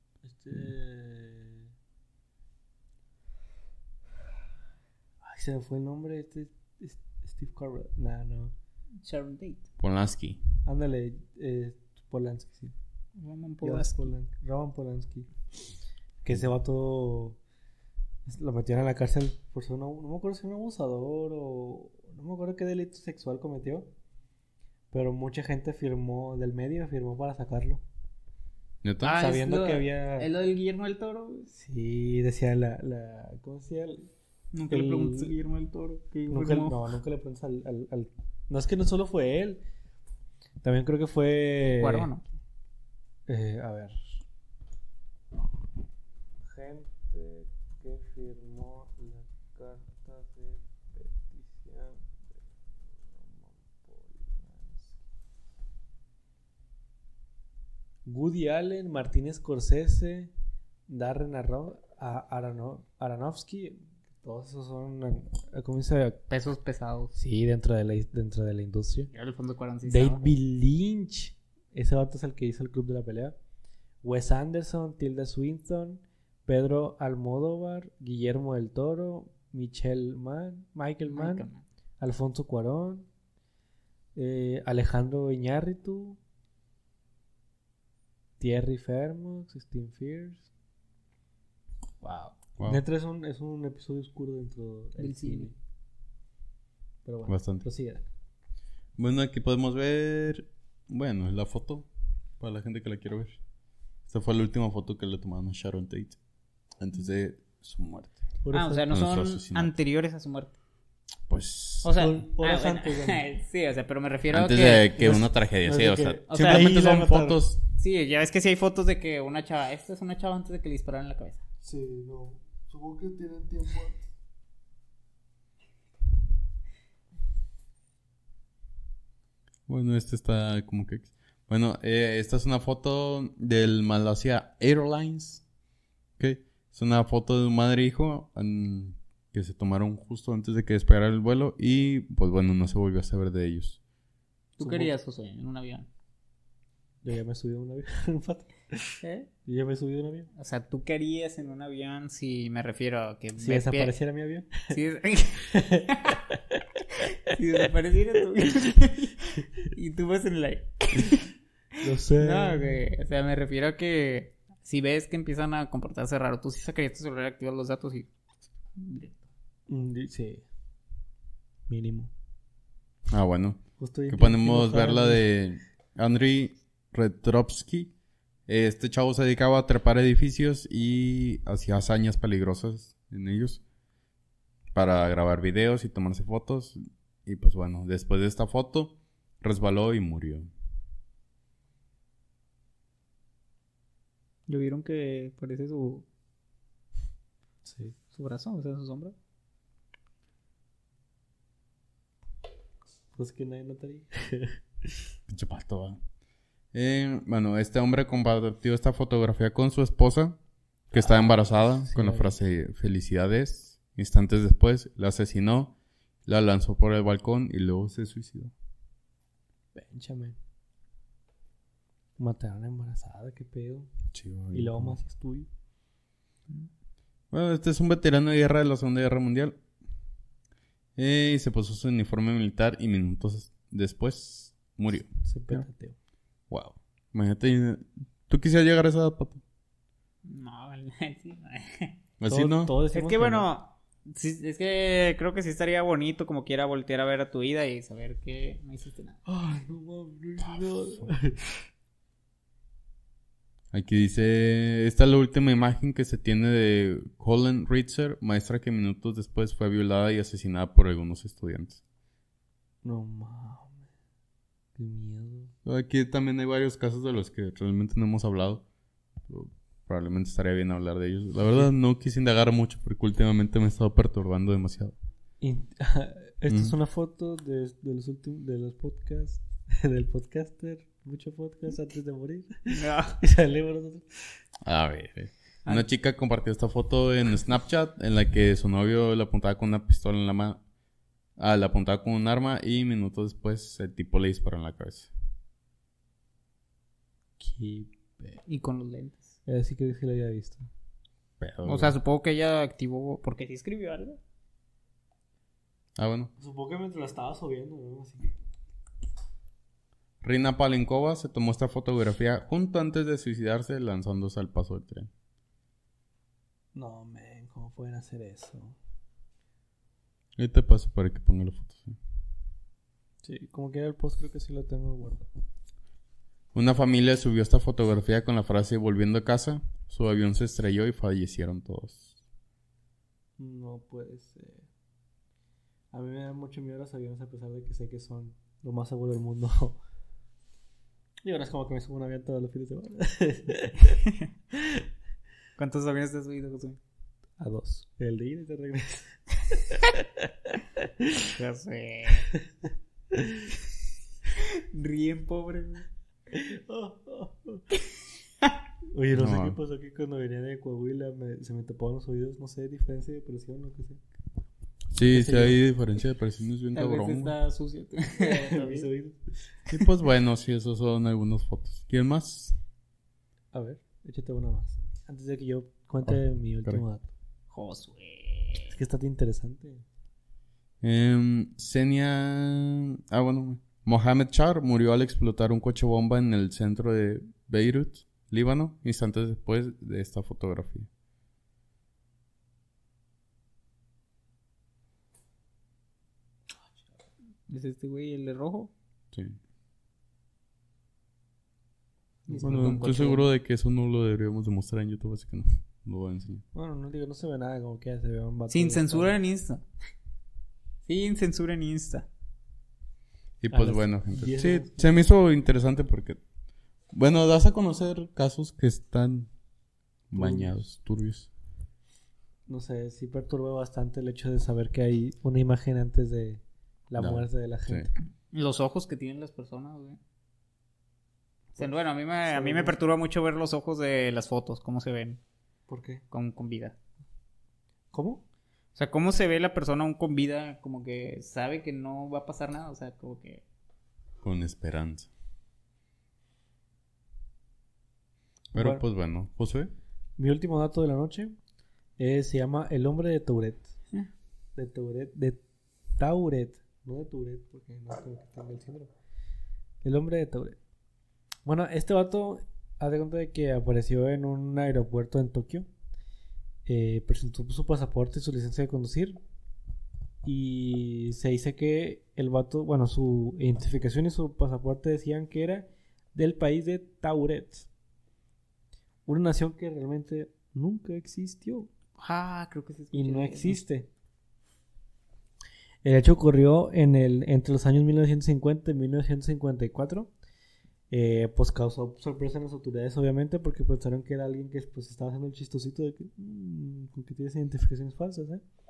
Ay, se me fue el nombre. Steve Carell. No. Sharon Tate. Polanski. Ándale, Polanski, sí. Roman Roman Polanski. Que ese vato lo metieron en la cárcel por ser no me acuerdo si era un abusador o no me acuerdo qué delito sexual cometió. Pero mucha gente del medio firmó para sacarlo. ¿Neta? Sabiendo que había... ¿Es lo del Guillermo del Toro? Güey? Sí, decía ¿cómo se llama? Nunca le preguntas a Guillermo del Toro. Que Nunca le preguntas al... No, es que no solo fue él. También creo que fue... Cuarón, ¿no? A ver. Gente que firmó la carta de petición de Roman Polanski. Woody Allen, Martin Scorsese, Darren Aronofsky. Todos esos son, ¿cómo dice? Pesos pesados. Sí, dentro de la industria. Ya el fondo Cuarón sí David Lynch. Ese vato es el que hizo el Club de la Pelea. Wes Anderson, Tilda Swinton, Pedro Almodóvar, Guillermo del Toro, Michael Mann, Alfonso Cuarón, Alejandro Iñárritu, Thierry Fermox, Steve Fierce. Wow. Neta es un episodio oscuro dentro del cine. Pero bueno, Bastante. prosigue. Bueno, aquí podemos ver... Bueno, la foto. Para la gente que la quiere ver. Esta fue la última foto que le tomaron a Sharon Tate. Antes de su muerte. O sea, no Con su son asesinato. anteriores a su muerte. Pues... O sea, Horas bueno. antes, Sí, o sea, pero me refiero antes a que... de que una tragedia, sí, o sea... o sea, simplemente ahí la son mataron. fotos... Sí, ya ves que sí hay fotos de que una chava... Esta es una chava antes de que le dispararan en la cabeza. Sí, no. Supongo que tienen tiempo. Bueno, este está como que... Bueno, esta es una foto del Malaysia Airlines. ¿Ok? Es una foto de un madre e hijo que se tomaron justo antes de que despegara el vuelo. Y pues bueno, no se volvió a saber de ellos. ¿Tú querías, José, en un avión? Yo ya me subí a un avión. ¿Eh? Yo ya me he subido en un avión. O sea, ¿tú qué harías en un avión si me refiero a que... Si desapareciera mi avión. Si, si desapareciera tu avión y tú vas en el aire. No sé. No, güey. O sea, me refiero a que si ves que empiezan a comportarse raro, tú sí sacarías tu celular, activas los datos y... Sí. Mínimo. Ah, bueno. Justo Que podemos ver la de Andriy Retrovsky. Este chavo se dedicaba a trepar edificios y hacía hazañas peligrosas en ellos para grabar videos y tomarse fotos. Y pues bueno, después de esta foto, resbaló y murió. ¿Lo vieron que parece su Sí. brazo? O sea, su sombra. Pues que nadie notaría. Pinche pato, ¿va? Bueno, este hombre compartió esta fotografía con su esposa, que estaba embarazada, sí, con la ahí. frase "felicidades". Instantes después, la asesinó, la lanzó por el balcón y luego se suicidó. Pénchame. Mataron a embarazada, qué pedo. Chido, Y luego más es tuyo. Bueno, este es un veterano de guerra de la Segunda Guerra Mundial. Y se puso su uniforme militar y minutos después murió. Se petateo. Wow. Imagínate, ¿tú quisieras llegar a esa edad, pato? No, sí, no. Así no. Todos Es decimos que no. bueno, sí, es que creo que sí estaría bonito como quiera voltear a ver a tu vida y saber que no hiciste nada. Ay, no mames, no hice nada. Aquí dice, esta es la última imagen que se tiene de Colin Ritzer, maestra que minutos después fue violada y asesinada por algunos estudiantes. No mames. Qué miedo. Aquí también hay varios casos de los que realmente no hemos hablado. Pero probablemente estaría bien hablar de ellos. La verdad no quise indagar mucho porque últimamente me he estado perturbando demasiado. Esta es una foto de los últimos de los podcasts del podcaster, mucho podcast antes de morir. Y salimos nosotros. A ver. Una chica compartió esta foto en Snapchat en la que su novio le apuntaba con una pistola en la mano. Le apuntaba con un arma y minutos después el tipo le disparó en la cabeza. Qué Y con los lentes. Así que sí lo había visto. Pero, O sea, supongo que ella activó porque sí escribió algo. bueno. Supongo que mientras la estaba subiendo, ¿no? Así que... Rina Palenkova se tomó esta fotografía junto antes de suicidarse lanzándose al paso del tren. No, men, ¿cómo pueden hacer eso? Ahí te paso para que ponga la foto. ¿Sí? Sí, como que era el post, creo que sí lo tengo guardado. Una familia subió esta fotografía con la frase "volviendo a casa". Su avión se estrelló y fallecieron todos. No puede ser. A mí me dan mucho miedo los aviones a pesar de que sé que son lo más seguro del mundo. Y ahora es como que me subo a un avión todos los fines de semana. ¿Cuántos aviones te has subido, José? A 2. El de ida y de regreso. Ya sé. Ríen, pobre. Oye, no sé No. qué pasó aquí cuando venía de Coahuila. Se me tapaban los oídos. No sé, diferencia de presión o lo que sea. Sí, sí hay diferencia de presiones bien Tal vez cabrón. está sucio. Mis oídos. Y pues bueno, sí, esos son algunas fotos. ¿Quién más? A ver, échate una más. Antes de que yo cuente mi último dato. Josué. Es que está interesante. Senia... bueno. Mohamed Char murió al explotar un coche bomba en el centro de Beirut, Líbano, instantes después de esta fotografía. ¿Es este güey el de rojo? Sí. Y Bueno, explotó un estoy coche seguro de que eso no lo deberíamos demostrar en YouTube, así que no lo voy a enseñar. Bueno, no digo, no se ve nada como que se ve un vato. Sin de- censura en Insta. Sin censura en Insta. Y A pues las bueno, gente. 10 Sí, horas. se me hizo interesante porque... Bueno, das a conocer casos que están bañados, turbios. No sé, sí perturba bastante el hecho de saber que hay una imagen antes de la No, muerte de la sí. gente. Los ojos que tienen las personas, güey. O sea, bueno, a mí me perturba mucho ver los ojos de las fotos, cómo se ven ¿Por qué? con vida. ¿Cómo? O sea, cómo se ve la persona aún con vida, como que sabe que no va a pasar nada, o sea, como que... Con esperanza. Pero Bueno. pues bueno, José. Mi último dato de la noche se llama El hombre de Tourette. De Tourette. No de Tourette, porque no creo que tenga el síndrome. El hombre de Tourette. Bueno, este vato, haz de cuenta de que apareció en un aeropuerto en Tokio. Presentó su pasaporte y su licencia de conducir. Y se dice que el vato, bueno, su identificación y su pasaporte decían que era del país de Tourette. Una nación que realmente nunca existió. Creo que sí. Y no existe. El hecho ocurrió entre los años 1950 y 1954. Pues causó sorpresa en las autoridades, obviamente, porque pensaron que era alguien que pues estaba haciendo el chistosito de que con que tienes identificaciones falsas,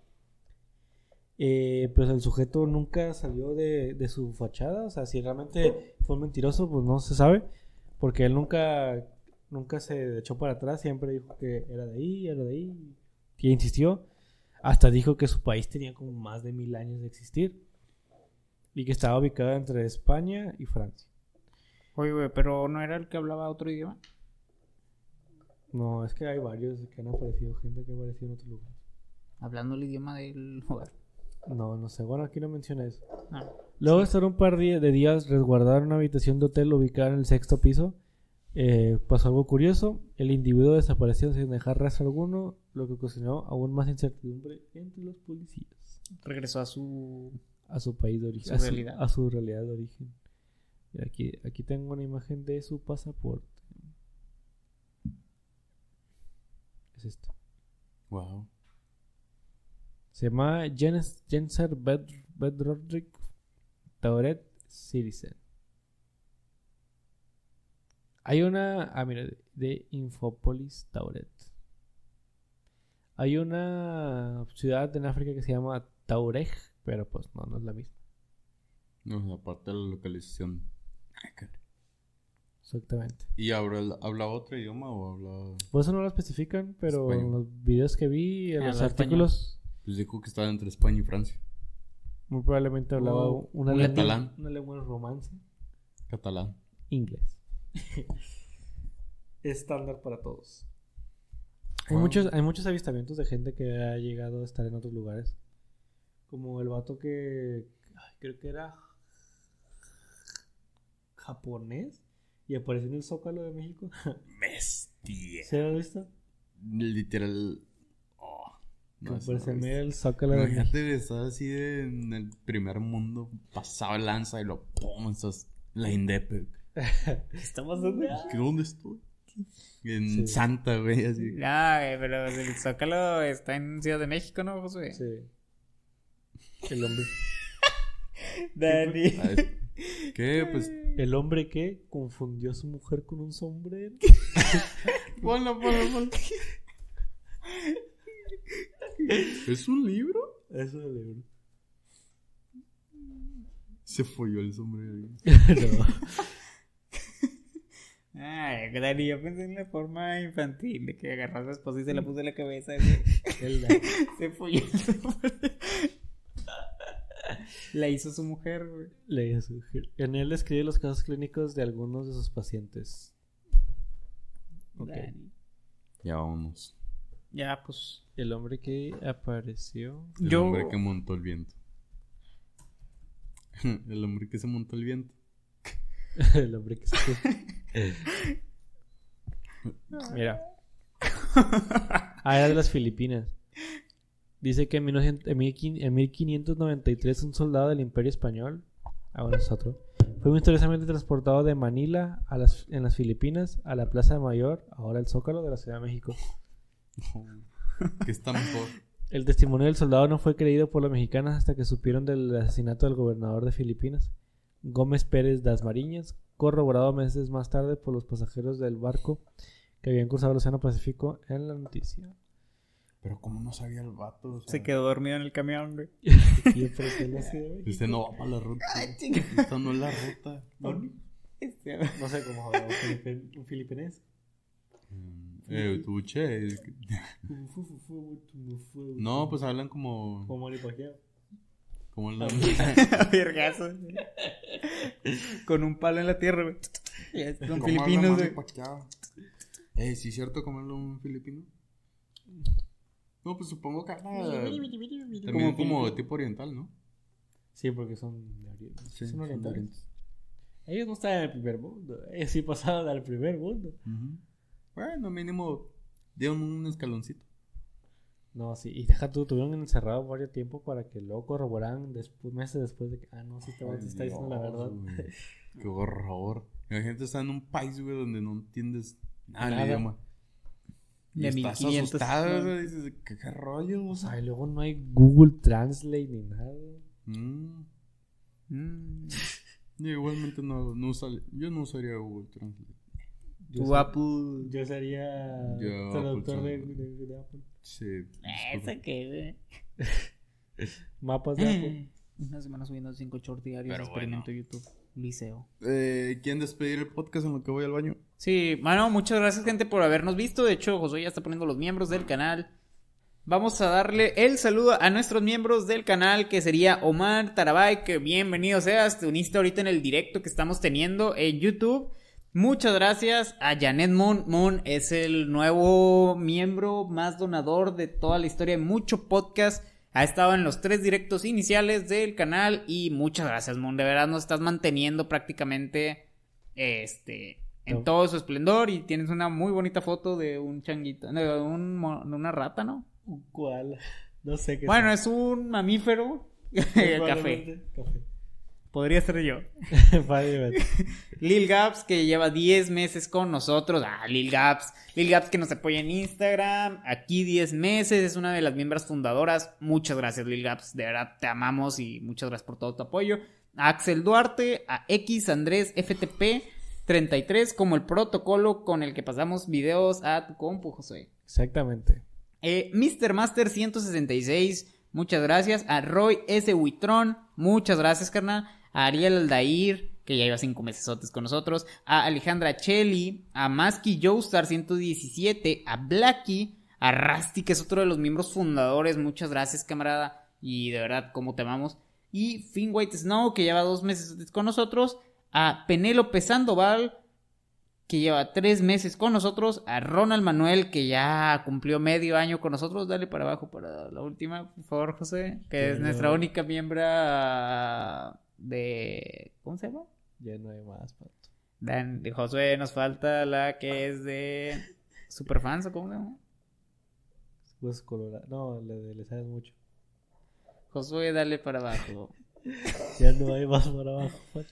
pues el sujeto nunca salió de su fachada. O sea, si realmente fue mentiroso, pues no se sabe, porque él nunca se echó para atrás. Siempre dijo que era de ahí, y insistió. Hasta dijo que su país tenía como más de 1000 años de existir y que estaba ubicado entre España y Francia. Oye, güey, pero ¿no era el que hablaba otro idioma? No, es que hay varios que han aparecido, gente que ha aparecido en otros lugares. Hablando el idioma del lugar. No sé, bueno, aquí no menciona eso. Ah, Luego de estar un par de días resguardado en una habitación de hotel ubicada en el 6º piso, pasó algo curioso. El individuo desapareció sin dejar rastro alguno, lo que ocasionó aún más incertidumbre entre los policías. regresó a su país de origen, Su realidad. a su realidad de origen. Y aquí tengo una imagen de su pasaporte. Es esta. Wow. Se llama Jenser Bedrodrick Tourette Citizen. Hay una... mira, de Infopolis Tourette. Hay una ciudad en África que se llama Touareg, pero pues no es la misma. No, aparte de la localización. Exactamente. ¿Y habla otro idioma o habla...? Por eso no lo especifican, pero Español. en los videos que vi, en los Habla artículos, Pues dijo que estaba entre España y Francia. muy probablemente hablaba una un lengua, catalán. una lengua en romance, Catalán. inglés. Estándar para todos. Hay Wow. muchos avistamientos de gente que ha llegado a estar en otros lugares. Como el vato que creo que era japonés y apareció en el Zócalo de México. Bestia. ¿Se lo has visto? Literal. Oh, Que no, apareció eso en no lo he el Zócalo de México. Imagínate que estás así en el primer mundo, pasaba el lanza y lo pum, estás la Indep. ¿Está pasando? ¿Qué dónde estoy? En Sí. Santa, güey, así. pero el Zócalo está en Ciudad de México, ¿no, Josué? Sí. El hombre. Dani. A ver, ¿qué? Pues El hombre que confundió a su mujer con un sombrero. ponlo. ¿Es un libro? Eso es el libro. Se folló el sombrero. No. Ay, Dani, yo pensé en la forma infantil de que agarró a su esposa y se la puso en la cabeza, güey. Se folló el sombrero. La hizo su mujer, güey. Leí su... En él describe los casos clínicos de algunos de sus pacientes. Ok. Dani. Ya vámonos. Ya, pues. El hombre que apareció. El hombre que montó el viento. El hombre que se montó el viento. El hombre que se... Mira. Era de las Filipinas. Dice que en 1593 un soldado del Imperio Español, bueno, es otro, fue misteriosamente transportado de Manila en las Filipinas a la Plaza Mayor, ahora el Zócalo de la Ciudad de México. ¿Qué está mejor? El testimonio del soldado no fue creído por los mexicanos hasta que supieron del asesinato del gobernador de Filipinas, Gómez Pérez Dasmariñas, corroborado meses más tarde por los pasajeros del barco que habían cruzado el Océano Pacífico en la noticia. Pero ¿cómo no sabía el vato? O sea, Se quedó dormido en el camión, güey. ¿Y por qué no sé? Este no va para la ruta. Esta no es la ruta. No sé cómo habla un filipinés. Tu che. No, pues hablan como. Como maripajeado. Como la. Vergazo. Con un palo en la tierra, güey. Son filipinos, güey. ¿Sí es cierto comerlo un filipino? No, pues supongo que también como de tipo oriental, ¿no? Sí, porque son de Oriente. Sí, son de orientales. Oriente. Ellos no están en el primer mundo. Ellos sí pasaron al primer mundo. Ujú. Bueno, mínimo dieron un escaloncito. No, sí. Y deja tú, tuvieron encerrado varios tiempo para que luego corroboraran meses después de que... no, sí, te está diciendo la verdad. Güey. Qué horror. La gente está en un país, güey, donde no entiendes nada del Nada. idioma. Y De estás 1500, asustado, ¿no? güey. Dices, ¿qué rollo? O sea, Ay, luego no hay Google Translate ni nada. Yo igualmente yo no usaría Google Translate. Tu Apple. Yo sería Yo, traductor Apple de Apple. Sí. ¿Esa qué, Mapas de Apple. Una semana subiendo 5 shorts diarios. Pero Experimento YouTube. Liceo. ¿Quieren despedir el podcast en lo que voy al baño? Sí, bueno, muchas gracias, gente, por habernos visto. De hecho, Josué ya está poniendo los miembros del canal. Vamos a darle el saludo a nuestros miembros del canal, que sería Omar Tarabay, que bienvenido seas, te uniste ahorita en el directo que estamos teniendo en YouTube. Muchas gracias a Janet Moon. Moon es el nuevo miembro más donador de toda la historia de mucho podcast. Ha estado en los 3 directos iniciales del canal y muchas gracias, Moon. De verdad nos estás manteniendo prácticamente en todo su esplendor y tienes una muy bonita foto de un changuito, de una rata, ¿no? ¿Cuál? No sé qué. Bueno, es un mamífero. Café. Podría ser yo. Vale. Lil Gaps, que lleva 10 meses con nosotros. Lil Gaps. Lil Gaps, que nos apoya en Instagram. Aquí 10 meses. Es una de las miembros fundadoras. Muchas gracias, Lil Gaps. De verdad, te amamos y muchas gracias por todo tu apoyo. A Axel Duarte. A X Andrés FTP 33, como el protocolo con el que pasamos videos a tu compu, José. Exactamente. Mr. Master 166, muchas gracias. A Roy S. Huitrón, muchas gracias, carnal. A Ariel Aldair, que ya lleva 5 mesesotes con nosotros. A Alejandra Cheli. A Masky Joestar 117. A Blacky. A Rasty, que es otro de los miembros fundadores. Muchas gracias, camarada. Y de verdad, cómo te amamos. Y Finn White Snow, que lleva 2 meses con nosotros. A Penélope Sandoval, que lleva 3 meses con nosotros. A Ronald Manuel, que ya cumplió medio año con nosotros. Dale para abajo para la última, por favor, José. Que es nuestra única miembra de... ¿Cómo se llama? Ya no hay más, pato. De Josué nos falta la que es de... ¿Superfans o cómo se llama? Pues colorado. No, le sabes mucho. Josué, dale para abajo. Ya no hay más para abajo, pato.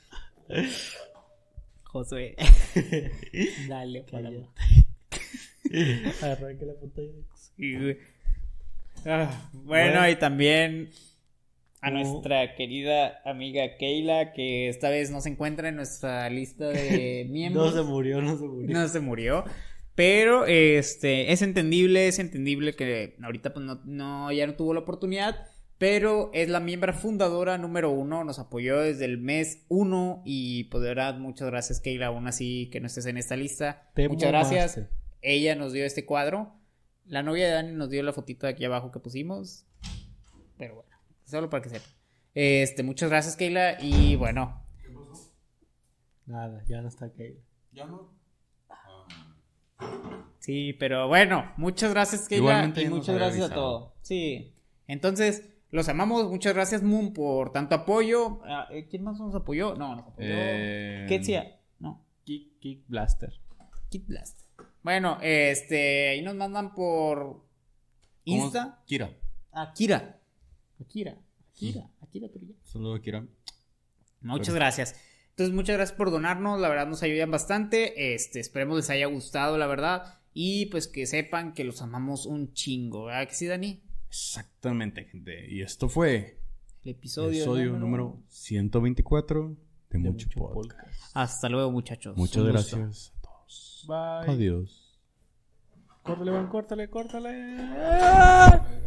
Josué, dale para abajo. Arranca la pantalla. Sí, güey. Bueno, y también a nuestra querida amiga Keila, que esta vez no se encuentra en nuestra lista de miembros. No se murió. Pero es entendible que ahorita pues ya no tuvo la oportunidad. Pero es la miembro fundadora número 1, nos apoyó desde el mes 1 y pues de verdad muchas gracias, Keila, aún así que no estés en esta lista. Muchas gracias. Ella nos dio este cuadro. La novia de Dani nos dio la fotito de aquí abajo que pusimos. Pero bueno, solo para que sepan. Muchas gracias, Keila, y bueno. Nada, ya no está Keila. ¿Ya no? Sí, pero bueno, muchas gracias, Keila, Igualmente y nos muchas había gracias a avisado. todos. Sí, entonces... Los amamos, muchas gracias, Moon, por tanto apoyo. ¿Quién más nos apoyó? No, nos apoyó Ketsia. No, Kick Blaster. Kid Blast. Bueno, ahí nos mandan por Insta. Kira. Akira Torilla. Saludos a Kira. Muchas gracias. Entonces, muchas gracias por donarnos, la verdad nos ayudan bastante. Esperemos les haya gustado, la verdad. Y pues que sepan que los amamos un chingo, ¿verdad que sí, Dani? Exactamente, gente. Y esto fue El episodio número 124 de Mucho Podcast. Hasta luego, muchachos. Muchas Un gusto. gracias a todos. Bye. Adiós. Córtale, Van, córtale.